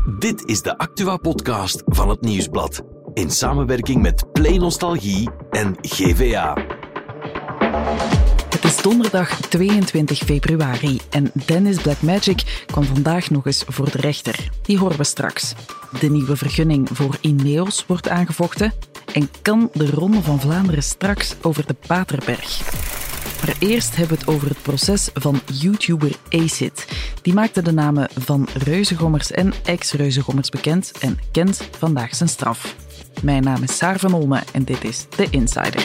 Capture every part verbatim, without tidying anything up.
Dit is de Actua-podcast van het Nieuwsblad. In samenwerking met Play Nostalgie en G V A. Het is donderdag tweeëntwintig februari en Dennis Blackmagic kwam vandaag nog eens voor de rechter. Die horen we straks. De nieuwe vergunning voor Ineos wordt aangevochten en kan de Ronde van Vlaanderen straks over de Paterberg. Maar eerst hebben we het over het proces van YouTuber Acid. Die maakte de namen van reuzengommers en ex-reuzengommers bekend en kent vandaag zijn straf. Mijn naam is Saar van Olme en dit is The Insider.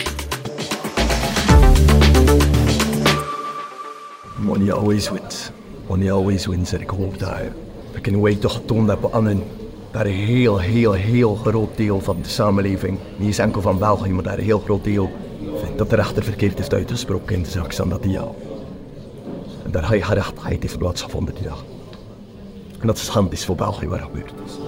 Money always wins. Money always wins en ik hoop dat ik in week toch getoond heb aan een, dat een heel, heel, heel groot deel van de samenleving, niet eens enkel van België, maar dat een heel groot deel vindt dat de rechter verkeerd heeft uitgesproken in de zaak van dat die ja. En daar ga je gerechtigheid heeft plaatsgevonden die dag. En dat is schand is voor België wat gebeurd is.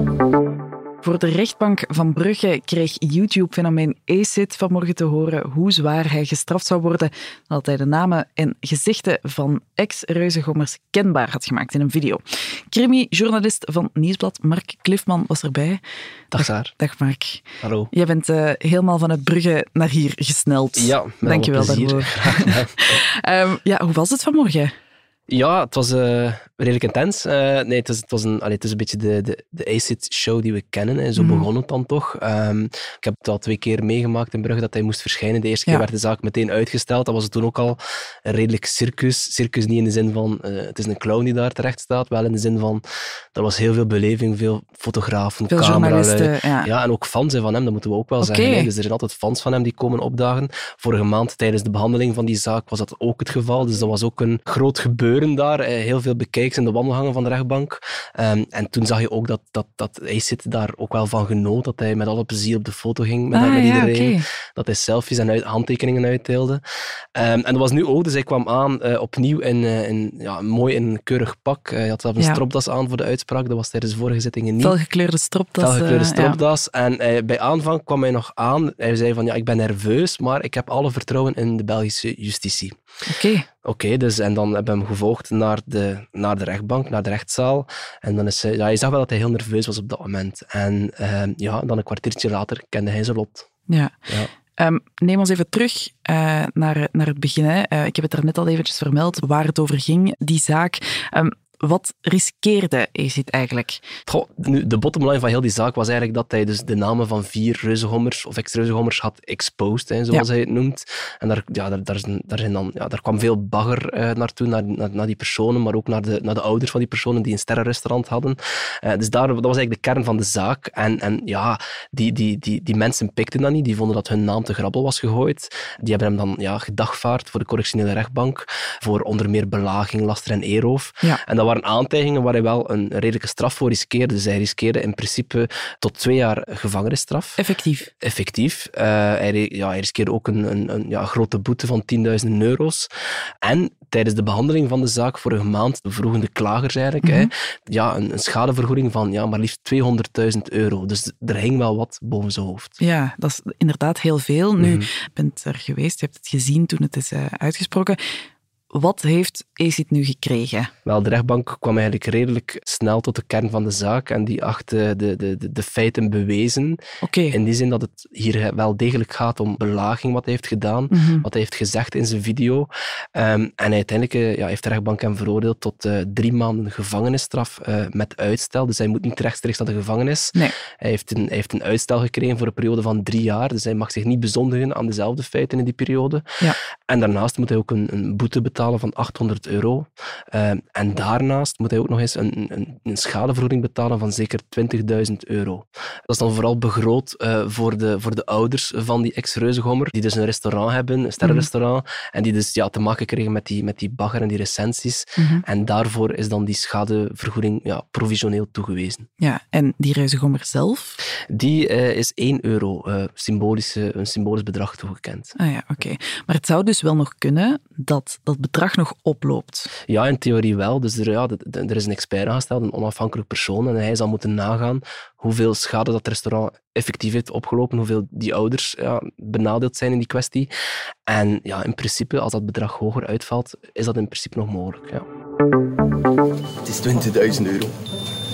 Voor de rechtbank van Brugge kreeg YouTube-fenomeen Acid vanmorgen te horen hoe zwaar hij gestraft zou worden nadat hij de namen en gezichten van ex-reuzengommers kenbaar had gemaakt in een video. Crimi-journalist van Nieuwsblad, Mark Cliffman, was erbij. Dag Saar. Dag Mark. Hallo. Jij bent uh, helemaal vanuit Brugge naar hier gesneld. Ja, met Dank je wel plezier. daarvoor. um, ja, hoe was het vanmorgen? Ja, het was uh, redelijk intens. Uh, nee, het, was, het, was een, allee, het is een beetje de, de, de Acid-show die we kennen. Hè. Zo mm. begon het dan toch. Um, ik heb het al twee keer meegemaakt in Brugge dat hij moest verschijnen. De eerste keer ja. werd de zaak meteen uitgesteld. Dat was het toen ook al een redelijk circus. Circus niet in de zin van uh, het is een clown die daar terecht staat. Wel in de zin van er was heel veel beleving, veel fotografen, veel cameralui. Ja. ja, en ook fans van hem, dat moeten we ook wel okay. zeggen. Hè. Dus er zijn altijd fans van hem die komen opdagen. Vorige maand tijdens de behandeling van die zaak was dat ook het geval. Dus dat was ook een groot gebeuren daar. Heel veel bekijks in de wandelgangen van de rechtbank. Um, en toen zag je ook dat, dat, dat Acid daar ook wel van genoot. Dat hij met alle plezier op de foto ging met, ah, met iedereen. Ja, okay. Dat hij selfies en uit, handtekeningen uitdeelde. Um, en dat was nu ook. Dus hij kwam aan uh, opnieuw in, uh, in, ja, mooi in een keurig pak. Uh, hij had zelf een ja. stropdas aan voor de uitspraak. Dat was tijdens de vorige zittingen niet. Felgekleurde stropdas. Felgekleurde stropdas. Uh, ja. En uh, bij aanvang kwam hij nog aan. Hij zei van, ja, ik ben nerveus, maar ik heb alle vertrouwen in de Belgische justitie. Oké. Okay. Oké, okay, dus en dan hebben we hem gevolgd naar de, naar de rechtbank, naar de rechtszaal. En dan is hij, ja, je zag wel dat hij heel nerveus was op dat moment. En uh, ja, dan een kwartiertje later kende hij zijn lot. Ja. ja. Um, neem ons even terug uh, naar, naar het begin. Hè. Uh, ik heb het er net al eventjes vermeld waar het over ging, die zaak. Um, Wat riskeerde Acid eigenlijk? Goh, nu, de bottomline van heel die zaak was eigenlijk dat hij dus de namen van vier reuzengommers of ex-reuzengommers had exposed, hè, zoals ja. hij het noemt. En daar, ja, daar, daar, daar, zijn dan, ja, daar kwam veel bagger uh, naartoe, naar, naar, naar die personen, maar ook naar de, naar de ouders van die personen die een sterrenrestaurant hadden. Uh, dus daar, dat was eigenlijk de kern van de zaak. En, en ja, die, die, die, die mensen pikten dat niet, die vonden dat hun naam te grabbel was gegooid. Die hebben hem dan ja, gedagvaard voor de correctionele rechtbank, voor onder meer belaging, laster en eerroof. Ja. En dat waren aantijgingen waar hij wel een redelijke straf voor riskeerde. Dus hij riskeerde in principe tot twee jaar gevangenisstraf. Effectief. Effectief. Uh, hij, ja, hij riskeerde ook een, een, een ja, grote boete van tienduizend euro's. En tijdens de behandeling van de zaak vorige maand vroegen de klagers eigenlijk mm-hmm. hè, ja, een, een schadevergoeding van ja, maar liefst tweehonderdduizend euro. Dus er hing wel wat boven zijn hoofd. Ja, dat is inderdaad heel veel. Nu, mm-hmm. je bent er geweest, je hebt het gezien toen het is uh, uitgesproken. Wat heeft Acid nu gekregen? Wel, de rechtbank kwam eigenlijk redelijk snel tot de kern van de zaak en die achtte de, de, de, de feiten bewezen. Okay. In die zin dat het hier wel degelijk gaat om belaging wat hij heeft gedaan, mm-hmm. wat hij heeft gezegd in zijn video. Um, en uiteindelijk ja, heeft de rechtbank hem veroordeeld tot uh, drie maanden gevangenisstraf uh, met uitstel. Dus hij moet niet rechtstreeks naar de gevangenis. Nee. Hij, heeft een, hij heeft een uitstel gekregen voor een periode van drie jaar. Dus hij mag zich niet bezondigen aan dezelfde feiten in die periode. Ja. En daarnaast moet hij ook een, een boete betalen van achthonderd euro. Uh, en daarnaast moet hij ook nog eens een, een, een schadevergoeding betalen van zeker twintigduizend euro. Dat is dan vooral begroot uh, voor, de, voor de ouders van die ex-reuzengommer, die dus een restaurant hebben, een sterrenrestaurant, mm-hmm. en die dus ja, te maken kregen met die, met die bagger en die recensies. Mm-hmm. En daarvoor is dan die schadevergoeding ja, provisioneel toegewezen. Ja, en die reuzengommer zelf? Die uh, is één euro, uh, symbolische, een symbolisch bedrag toegekend. Ah ja, oké. Okay. Maar het zou dus wel nog kunnen dat dat bedrag nog oploopt. Ja, in theorie wel. Dus er, ja, er is een expert aangesteld, een onafhankelijk persoon, en hij zal moeten nagaan hoeveel schade dat restaurant effectief heeft opgelopen, hoeveel die ouders ja, benadeeld zijn in die kwestie. En ja, in principe, als dat bedrag hoger uitvalt, is dat in principe nog mogelijk. Ja. Het is twintigduizend euro. Het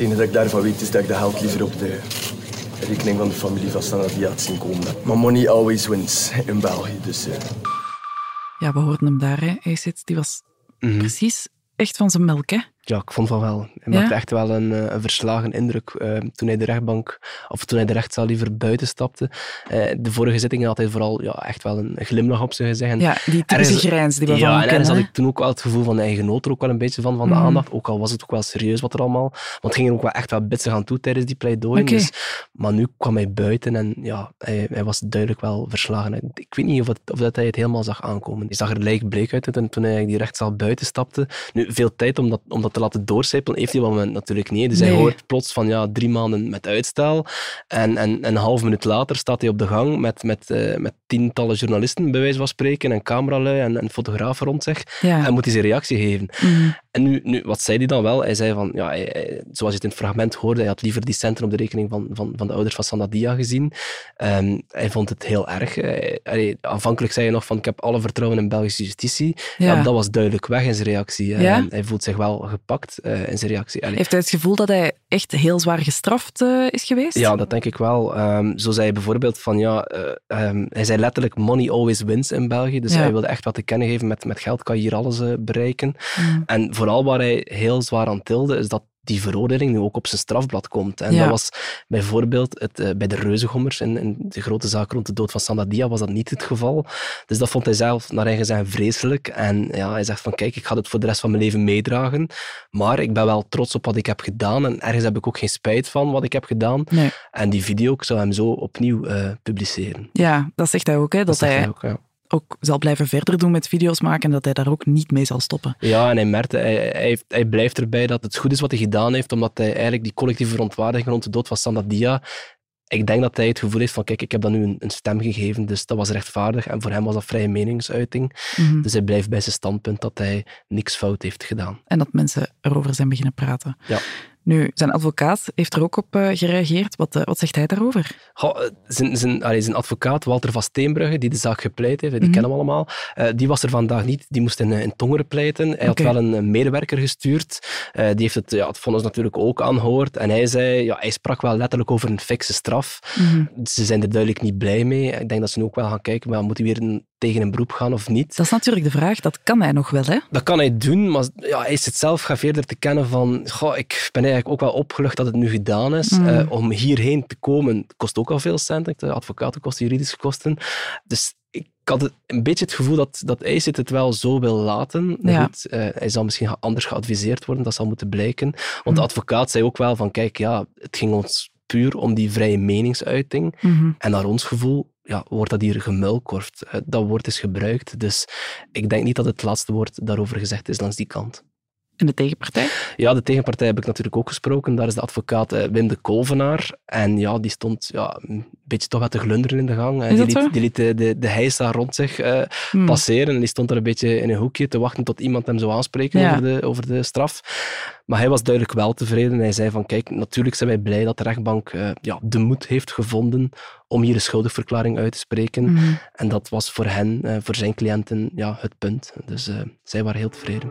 enige dat ik daarvan weet is dat ik de geld liever op de rekening van de familie van Sandadia had zien komen. Maar money always wins in België, dus... Uh... Ja, we hoorden hem daar, hè, Acid. Die was mm-hmm. precies echt van zijn melk, hè? Ja, ik vond van wel. Hij ja? maakte echt wel een, een verslagen indruk uh, toen hij de rechtbank, of toen hij de rechtszaal liever buiten stapte. Uh, de vorige zittingen had hij vooral ja, echt wel een glimlach op zijn gezicht. Ja, die typische grijns die we ja, van en kennen. Ja, had ik toen ook wel het gevoel van hij genoot er ook wel een beetje van, van de mm. aandacht. Ook al was het ook wel serieus wat er allemaal... Want het ging er ook wel echt wel bitsig aan toe tijdens die pleidooien. Okay. Dus, maar nu kwam hij buiten en ja, hij, hij was duidelijk wel verslagen. Ik weet niet of, het, of dat hij het helemaal zag aankomen. Hij zag er lijkbleek uit toen, toen hij die rechtszaal buiten stapte. Nu, veel tijd om dat, om dat te laten doorcijpelen heeft hij op dat moment natuurlijk niet. Dus nee. Hij hoort plots van ja, drie maanden met uitstel. En, en, en een half minuut later staat hij op de gang met, met, uh, met tientallen journalisten, bij wijze van spreken, en cameralui en, en fotografen rond zich. Ja. En moet hij zijn reactie geven. Mm. En nu, nu, wat zei hij dan wel? Hij zei van, ja, hij, hij, zoals je het in het fragment hoorde, hij had liever die centen op de rekening van, van, van de ouders van Sandadia gezien. Um, hij vond het heel erg. Hij, hij, aanvankelijk zei hij nog van, ik heb alle vertrouwen in Belgische justitie. Ja. Ja, dat was duidelijk weg in zijn reactie. Ja? Um, hij voelt zich wel gepakt uh, in zijn reactie. Allee. Heeft hij het gevoel dat hij echt heel zwaar gestraft uh, is geweest? Ja, dat denk ik wel. Um, zo zei hij bijvoorbeeld van, ja, uh, um, hij zei letterlijk, money always wins in België. Dus ja. Hij wilde echt wat te kennen geven, met, met geld kan je hier alles uh, bereiken. Mm. En vooral waar hij heel zwaar aan tilde, is dat die veroordeling nu ook op zijn strafblad komt. En ja. Dat was bijvoorbeeld het, uh, bij de Reuzengommers, in, in de grote zaak rond de dood van Sandadia, was dat niet het geval. Dus dat vond hij zelf, naar eigen zeggen, vreselijk. En ja, hij zegt van, kijk, ik ga het voor de rest van mijn leven meedragen, maar ik ben wel trots op wat ik heb gedaan en ergens heb ik ook geen spijt van wat ik heb gedaan. Nee. En die video, ik zou hem zo opnieuw uh, publiceren. Ja, dat zegt hij ook, hè, dat, dat hij... hij ook, ja. ook zal blijven verder doen met video's maken en dat hij daar ook niet mee zal stoppen. Ja, en hij merkte, hij, hij, heeft, hij blijft erbij dat het goed is wat hij gedaan heeft, omdat hij eigenlijk die collectieve verontwaardiging rond de dood van Sandadia, ik denk dat hij het gevoel heeft van, kijk, ik heb dat nu een, een stem gegeven, dus dat was rechtvaardig en voor hem was dat vrije meningsuiting. Mm-hmm. Dus hij blijft bij zijn standpunt dat hij niks fout heeft gedaan. En dat mensen erover zijn beginnen praten. Ja. Nu, zijn advocaat heeft er ook op uh, gereageerd. Wat, uh, wat zegt hij daarover? Goh, zijn, zijn, allee, zijn advocaat, Walter van Steenbrugge, die de zaak gepleit heeft, die mm-hmm. kennen we allemaal, uh, die was er vandaag niet. Die moest in, in Tongeren pleiten. Hij okay. had wel een, een medewerker gestuurd. Uh, die heeft het, ja, het vonnis natuurlijk ook aangehoord. En hij zei, ja, hij sprak wel letterlijk over een fikse straf. Mm-hmm. Ze zijn er duidelijk niet blij mee. Ik denk dat ze nu ook wel gaan kijken, maar moet hij weer een, tegen een beroep gaan of niet? Dat is natuurlijk de vraag. Dat kan hij nog wel, hè? Dat kan hij doen, maar ja, hij is het zelf gaat verder te kennen van, goh, ik ben eigenlijk ook wel opgelucht dat het nu gedaan is. Mm. Uh, om hierheen te komen kost ook al veel centen. De advocatenkosten, juridische kosten. Dus ik had het, een beetje het gevoel dat, dat Acid het wel zo wil laten. Ja. Goed, uh, hij zal misschien anders geadviseerd worden, dat zal moeten blijken. Want mm. de advocaat zei ook wel van, kijk, ja, het ging ons puur om die vrije meningsuiting. Mm-hmm. En naar ons gevoel ja, wordt dat hier gemulkorfd. Uh, dat woord is gebruikt. Dus ik denk niet dat het laatste woord daarover gezegd is langs die kant. En de tegenpartij? Ja, de tegenpartij heb ik natuurlijk ook gesproken. Daar is de advocaat uh, Wim de Kolvenaar. En ja, die stond ja, een beetje toch wat te glunderen in de gang. Is die, liet, zo? die liet de, de, de heisa rond zich uh, hmm. passeren. En die stond er een beetje in een hoekje te wachten tot iemand hem zou aanspreken ja. over, de, over de straf. Maar hij was duidelijk wel tevreden. Hij zei van, kijk, natuurlijk zijn wij blij dat de rechtbank uh, ja, de moed heeft gevonden om hier een schuldigverklaring uit te spreken. Mm. En dat was voor hen, uh, voor zijn cliënten, ja, het punt. Dus uh, zij waren heel tevreden.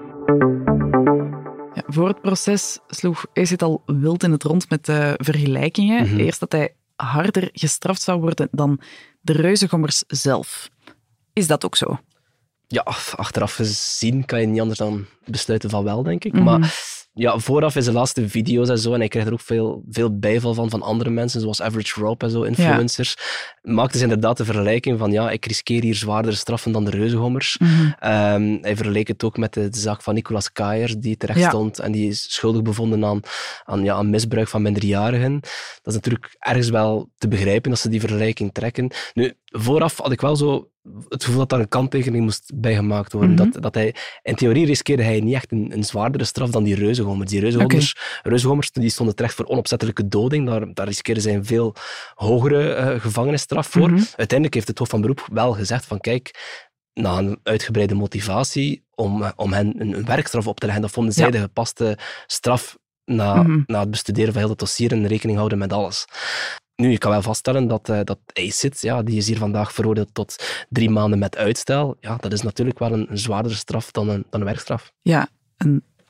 Ja, voor het proces sloeg Acid al wild in het rond met uh, vergelijkingen. Mm-hmm. Eerst dat hij harder gestraft zou worden dan de Reuzengommers zelf. Is dat ook zo? Ja, achteraf gezien kan je niet anders dan besluiten van wel, denk ik. Mm-hmm. Maar ja, vooraf is de laatste video's en zo, en hij krijgt er ook veel, veel bijval van, van andere mensen, zoals Average Rob en zo, influencers. Ja. Maakte ze inderdaad de vergelijking van, ja, ik riskeer hier zwaardere straffen dan de Reuzengommers. Mm-hmm. Um, hij verleek het ook met de, de zaak van Nicolas Kaier, die terecht ja. stond en die is schuldig bevonden aan, aan, ja, aan misbruik van minderjarigen. Dat is natuurlijk ergens wel te begrijpen dat ze die vergelijking trekken. Nu, vooraf had ik wel zo het gevoel dat daar een kanttekening moest bijgemaakt worden. Mm-hmm. Dat, dat hij, in theorie riskeerde hij niet echt een, een zwaardere straf dan die Reuzengommers. Die Reuzengommers, okay. Reuzengommers die stonden terecht voor onopzettelijke doding. Daar, daar riskeerden zij een veel hogere uh, gevangenisstraf voor. Mm-hmm. Uiteindelijk heeft het Hof van Beroep wel gezegd van kijk, na een uitgebreide motivatie om, om hen een, een werkstraf op te leggen, dat vonden zij ja. de gepaste straf na, mm-hmm. na het bestuderen van heel het dossier en rekening houden met alles. Nu, ik kan wel vaststellen dat, uh, dat Acid, ja, die is hier vandaag veroordeeld tot drie maanden met uitstel. Ja, dat is natuurlijk wel een, een zwaardere straf dan een, dan een werkstraf. Ja, een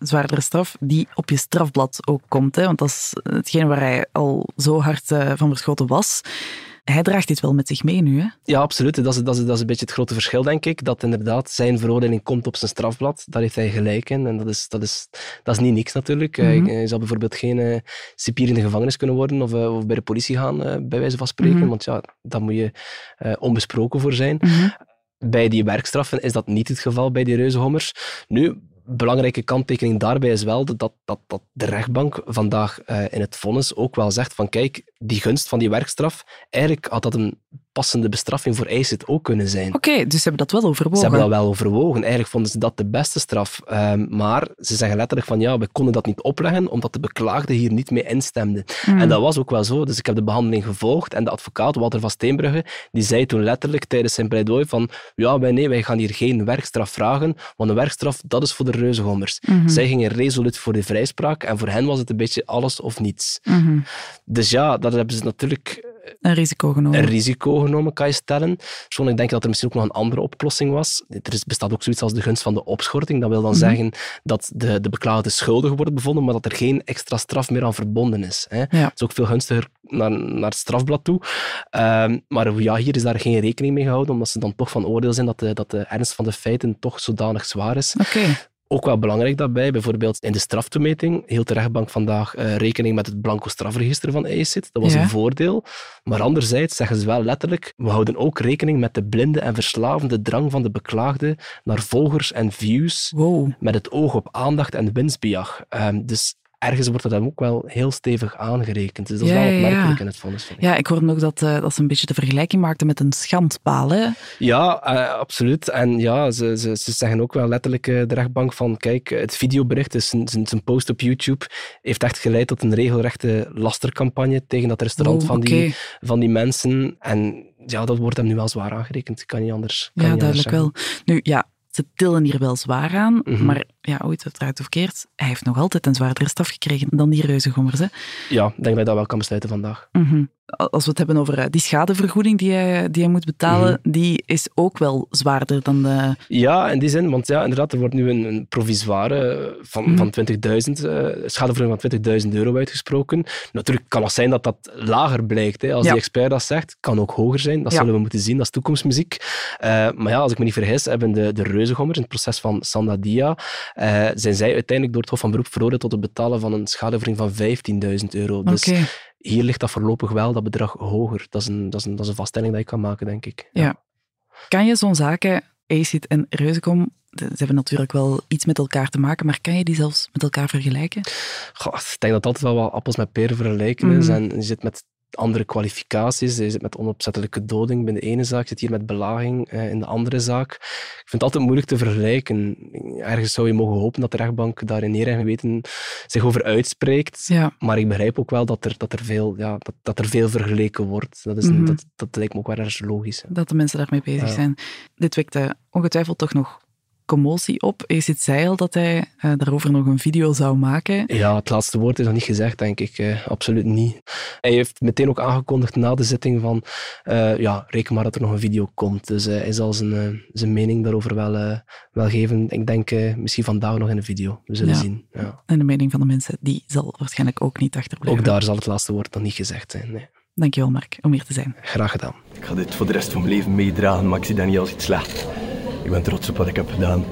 zwaardere straf, die op je strafblad ook komt. Hè? Want dat is hetgeen waar hij al zo hard uh, van verschoten was. Hij draagt dit wel met zich mee nu, hè? Ja, absoluut. Dat is, dat, is, dat is een beetje het grote verschil, denk ik. Dat inderdaad zijn veroordeling komt op zijn strafblad. Daar heeft hij gelijk in. En dat is, dat is, dat is niet niks natuurlijk. Mm-hmm. Hij, hij zal bijvoorbeeld geen uh, cipier in de gevangenis kunnen worden of, uh, of bij de politie gaan, uh, bij wijze van spreken. Mm-hmm. Want ja, daar moet je uh, onbesproken voor zijn. Mm-hmm. Bij die werkstraffen is dat niet het geval bij die reuzengommers. Nu, belangrijke kanttekening daarbij is wel dat, dat, dat de rechtbank vandaag uh, in het vonnis ook wel zegt van kijk, die gunst van die werkstraf, eigenlijk had dat een passende bestraffing voor Acid ook kunnen zijn. Oké, okay, dus ze hebben dat wel overwogen. Ze hebben dat wel overwogen. Eigenlijk vonden ze dat de beste straf. Um, maar ze zeggen letterlijk van ja, we konden dat niet opleggen omdat de beklaagde hier niet mee instemde. Mm. En dat was ook wel zo. Dus ik heb de behandeling gevolgd en de advocaat Walter van Steenbrugge die zei toen letterlijk tijdens zijn pleidooi van ja, wij, nee, wij gaan hier geen werkstraf vragen, want een werkstraf, dat is voor de reuzengommers. Mm-hmm. Zij gingen resoluut voor de vrijspraak en voor hen was het een beetje alles of niets. Mm-hmm. Dus ja, dat hebben ze natuurlijk Een risico genomen. Een risico genomen, kan je stellen. Persoonlijk denk ik dat er misschien ook nog een andere oplossing was. Er is, bestaat ook zoiets als de gunst van de opschorting. Dat wil dan mm-hmm. zeggen dat de, de beklaagde schuldig wordt bevonden, maar dat er geen extra straf meer aan verbonden is. Hè. Ja. Dat is ook veel gunstiger naar, naar het strafblad toe. Um, maar ja, hier is daar geen rekening mee gehouden, omdat ze dan toch van oordeel zijn dat de, dat de ernst van de feiten toch zodanig zwaar is. Okay. Ook wel belangrijk daarbij, bijvoorbeeld in de straftoemeting hield de rechtbank vandaag uh, rekening met het blanco strafregister van Acid. Dat was ja. een voordeel. Maar anderzijds zeggen ze wel letterlijk, we houden ook rekening met de blinde en verslavende drang van de beklaagde naar volgers en views, wow. met het oog op aandacht en winstbejag. Um, dus ergens wordt dat dan ook wel heel stevig aangerekend. Dus dat is ja, wel opmerkelijk ja. in het vonnis. Ja, ik hoorde ook dat, uh, dat ze een beetje de vergelijking maakten met een schandpaal. Hè? Ja, uh, absoluut. En ja, ze, ze, ze zeggen ook wel letterlijk uh, de rechtbank van kijk, het videobericht, dus zijn, zijn post op YouTube, heeft echt geleid tot een regelrechte lastercampagne tegen dat restaurant oh, van, okay. die, van die mensen. En ja, dat wordt hem nu wel zwaar aangerekend. Kan niet anders. Kan ja, niet duidelijk anders wel. Nu, ja, ze tillen hier wel zwaar aan, mm-hmm. maar ja, ooit het draait of keert, hij heeft nog altijd een zwaardere straf gekregen dan die reuzengommers. Hè? Ja, ik denk dat je dat wel kan besluiten vandaag. Mm-hmm. Als we het hebben over die schadevergoeding die hij, die hij moet betalen, mm-hmm. die is ook wel zwaarder dan de... Ja, in die zin, want ja, inderdaad, er wordt nu een, een provisoire van, mm-hmm. van twintigduizend, uh, schadevergoeding van twintigduizend euro uitgesproken. Natuurlijk kan het zijn dat dat lager blijkt. Hè. Als ja. die expert dat zegt, kan ook hoger zijn. Dat ja. zullen we moeten zien, dat is toekomstmuziek. Uh, maar ja, als ik me niet vergis, hebben de, de reuzengommers in het proces van Sandadia, uh, zijn zij uiteindelijk door het Hof van Beroep veroordeeld tot het betalen van een schadevergoeding van vijftienduizend euro. Dus okay. hier ligt dat voorlopig wel, dat bedrag, hoger. Dat is een, dat is een, dat is een vaststelling die je kan maken, denk ik. Ja. ja. Kan je zo'n zaken, Acid en Reuzegom, ze hebben natuurlijk wel iets met elkaar te maken, maar kan je die zelfs met elkaar vergelijken? Goh, ik denk dat altijd wel wat appels met peren vergelijken mm. is. En je zit met andere kwalificaties. Je zit met onopzettelijke doding bij de ene zaak, je zit hier met belaging uh, in de andere zaak. Ik vind het altijd moeilijk te vergelijken. Ergens zou je mogen hopen dat de rechtbank daar in eer en geweten zich over uitspreekt. Ja. Maar ik begrijp ook wel dat er, dat er, veel, ja, dat, dat er veel vergeleken wordt. Dat, is een, mm-hmm. dat, dat lijkt me ook wel erg logisch. Hè. Dat de mensen daarmee bezig ja. zijn. Dit wekt uh, ongetwijfeld toch nog commotie op. Acid zei al dat hij uh, daarover nog een video zou maken. Ja, het laatste woord is nog niet gezegd, denk ik. Uh, absoluut niet. Hij heeft meteen ook aangekondigd na de zitting van uh, ja, reken maar dat er nog een video komt. Dus uh, hij zal zijn, uh, zijn mening daarover wel, uh, wel geven. Ik denk uh, misschien vandaag nog in een video. We zullen ja. zien. Ja. En de mening van de mensen, die zal waarschijnlijk ook niet achterblijven. Ook daar zal het laatste woord nog niet gezegd zijn. Nee. Dankjewel, Mark, om hier te zijn. Graag gedaan. Ik ga dit voor de rest van mijn leven meedragen, maar ik zie dat niet als iets slecht. Ik ben trots op wat ik heb gedaan.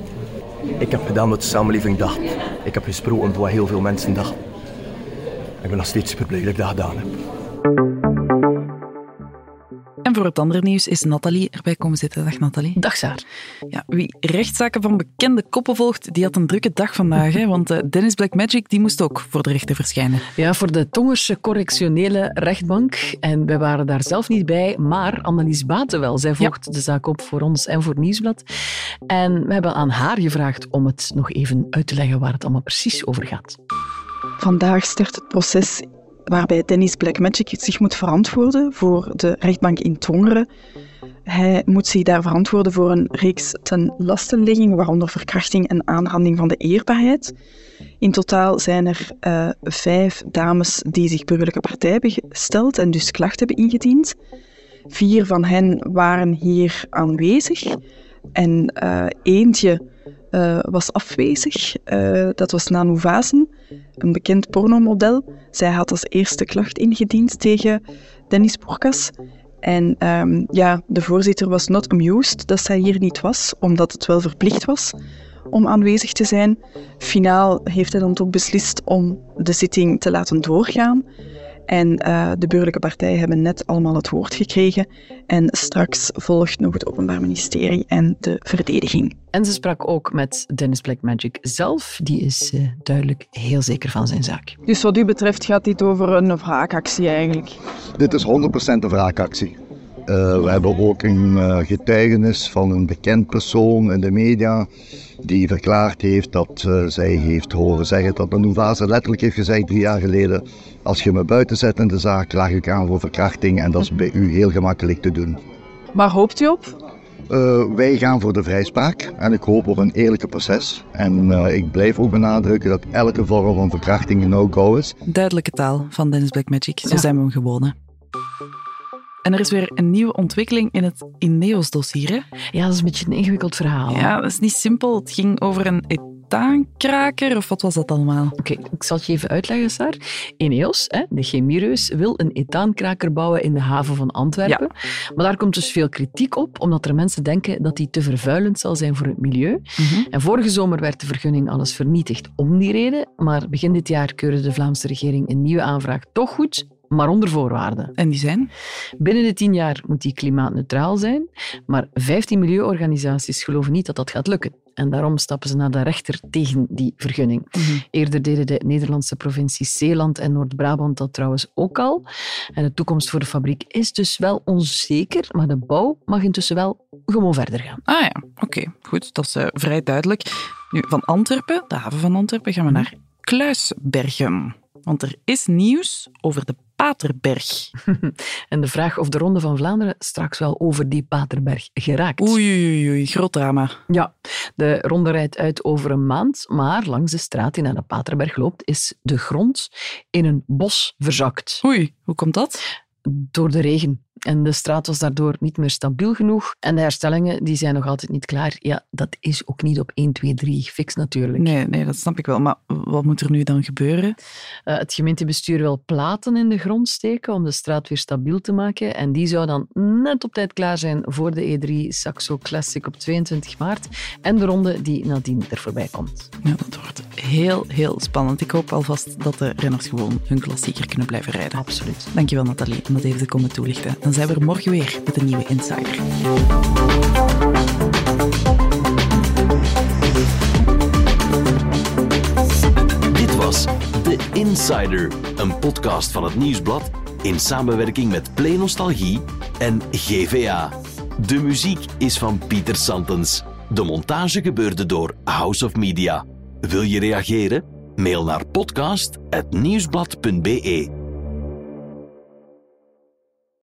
Ik heb gedaan wat de samenleving dacht. Ik heb gesproken voor wat heel veel mensen dachten. Ik ben nog steeds super blij dat ik dat gedaan heb. En voor het andere nieuws is Nathalie erbij komen zitten. Dag Nathalie. Dag Saar. Ja, wie rechtszaken van bekende koppen volgt, die had een drukke dag vandaag. Hè? Want uh, Dennis Blackmagic die moest ook voor de rechter verschijnen. Ja, voor de Tongersche correctionele rechtbank. En wij waren daar zelf niet bij, maar Annelies Baten wel. Zij volgt ja. de zaak op voor ons en voor Nieuwsblad. En we hebben aan haar gevraagd om het nog even uit te leggen waar het allemaal precies over gaat. Vandaag start het proces waarbij Dennis Blackmagic zich moet verantwoorden voor de rechtbank in Tongeren. Hij moet zich daar verantwoorden voor een reeks ten lastenlegging, waaronder verkrachting en aanranding van de eerbaarheid. In totaal zijn er uh, vijf dames die zich burgerlijke partij hebben gesteld en dus klacht hebben ingediend. Vier van hen waren hier aanwezig en uh, eentje uh, was afwezig. Uh, dat was Nanu Vazen, een bekend pornomodel. Zij had als eerste klacht ingediend tegen Denis Bourcas. En um, ja, de voorzitter was not amused dat zij hier niet was, omdat het wel verplicht was om aanwezig te zijn. Finaal heeft hij dan toch beslist om de zitting te laten doorgaan. En uh, de burgerlijke partijen hebben net allemaal het woord gekregen. En straks volgt nog het Openbaar Ministerie en de verdediging. En ze sprak ook met Dennis Blackmagic zelf. Die is uh, duidelijk heel zeker van zijn zaak. Dus wat u betreft gaat dit over een wraakactie eigenlijk? Dit is honderd procent een wraakactie. Uh, we hebben ook een uh, getuigenis van een bekend persoon in de media die verklaard heeft dat uh, zij heeft horen zeggen dat Nanu Vazen letterlijk heeft gezegd drie jaar geleden: als je me buiten zet in de zaak, klaag ik aan voor verkrachting en dat is bij u heel gemakkelijk te doen. Waar hoopt u op? Uh, wij gaan voor de vrijspraak en ik hoop op een eerlijke proces. En uh, ik blijf ook benadrukken dat elke vorm van verkrachting een no-go is. Duidelijke taal van Dennis Blackmagic, zo ja. zijn we hem gewoon. En er is weer een nieuwe ontwikkeling in het Ineos-dossier. Hè? Ja, dat is een beetje een ingewikkeld verhaal. Ja, dat is niet simpel. Het ging over een etaankraker, of wat was dat allemaal? Oké, okay, ik zal het je even uitleggen, Saar. Ineos, hè, de chemiereus, wil een etaankraker bouwen in de haven van Antwerpen. Ja. Maar daar komt dus veel kritiek op, omdat er mensen denken dat die te vervuilend zal zijn voor het milieu. Mm-hmm. En vorige zomer werd de vergunning alles vernietigd om die reden. Maar begin dit jaar keurde de Vlaamse regering een nieuwe aanvraag toch goed, maar onder voorwaarden. En die zijn? Binnen de tien jaar moet die klimaatneutraal zijn, maar vijftien milieuorganisaties geloven niet dat dat gaat lukken. En daarom stappen ze naar de rechter tegen die vergunning. Mm-hmm. Eerder deden de Nederlandse provincies Zeeland en Noord-Brabant dat trouwens ook al. En de toekomst voor de fabriek is dus wel onzeker, maar de bouw mag intussen wel gewoon verder gaan. Ah ja, oké. Okay. Goed, dat is uh, vrij duidelijk. Nu, van Antwerpen, de haven van Antwerpen, gaan we naar Kluisbergen. Want er is nieuws over de Paterberg. En de vraag of de Ronde van Vlaanderen straks wel over die Paterberg geraakt. Oei, oei, oei, groot drama. Ja, de ronde rijdt uit over een maand, maar langs de straat die naar de Paterberg loopt, is de grond in een bos verzakt. Oei, hoe komt dat? Door de regen. En de straat was daardoor niet meer stabiel genoeg. En de herstellingen die zijn nog altijd niet klaar. Ja, dat is ook niet op één, twee, drie fix natuurlijk. Nee, nee, dat snap ik wel. Maar wat moet er nu dan gebeuren? Uh, het gemeentebestuur wil platen in de grond steken om de straat weer stabiel te maken. En die zou dan net op tijd klaar zijn voor de E drie Saxo Classic op tweeëntwintig maart. En de ronde die nadien er voorbij komt. Ja, dat wordt heel, heel spannend. Ik hoop alvast dat de renners gewoon hun klassieker kunnen blijven rijden. Absoluut. Dankjewel, Nathalie, om dat even te komen toelichten. Dan zijn we er morgen weer met een nieuwe Insider. Dit was The Insider, een podcast van het Nieuwsblad in samenwerking met Play Nostalgie en G V A. De muziek is van Pieter Santens. De montage gebeurde door House of Media. Wil je reageren? Mail naar podcast apennieuwsblad punt be.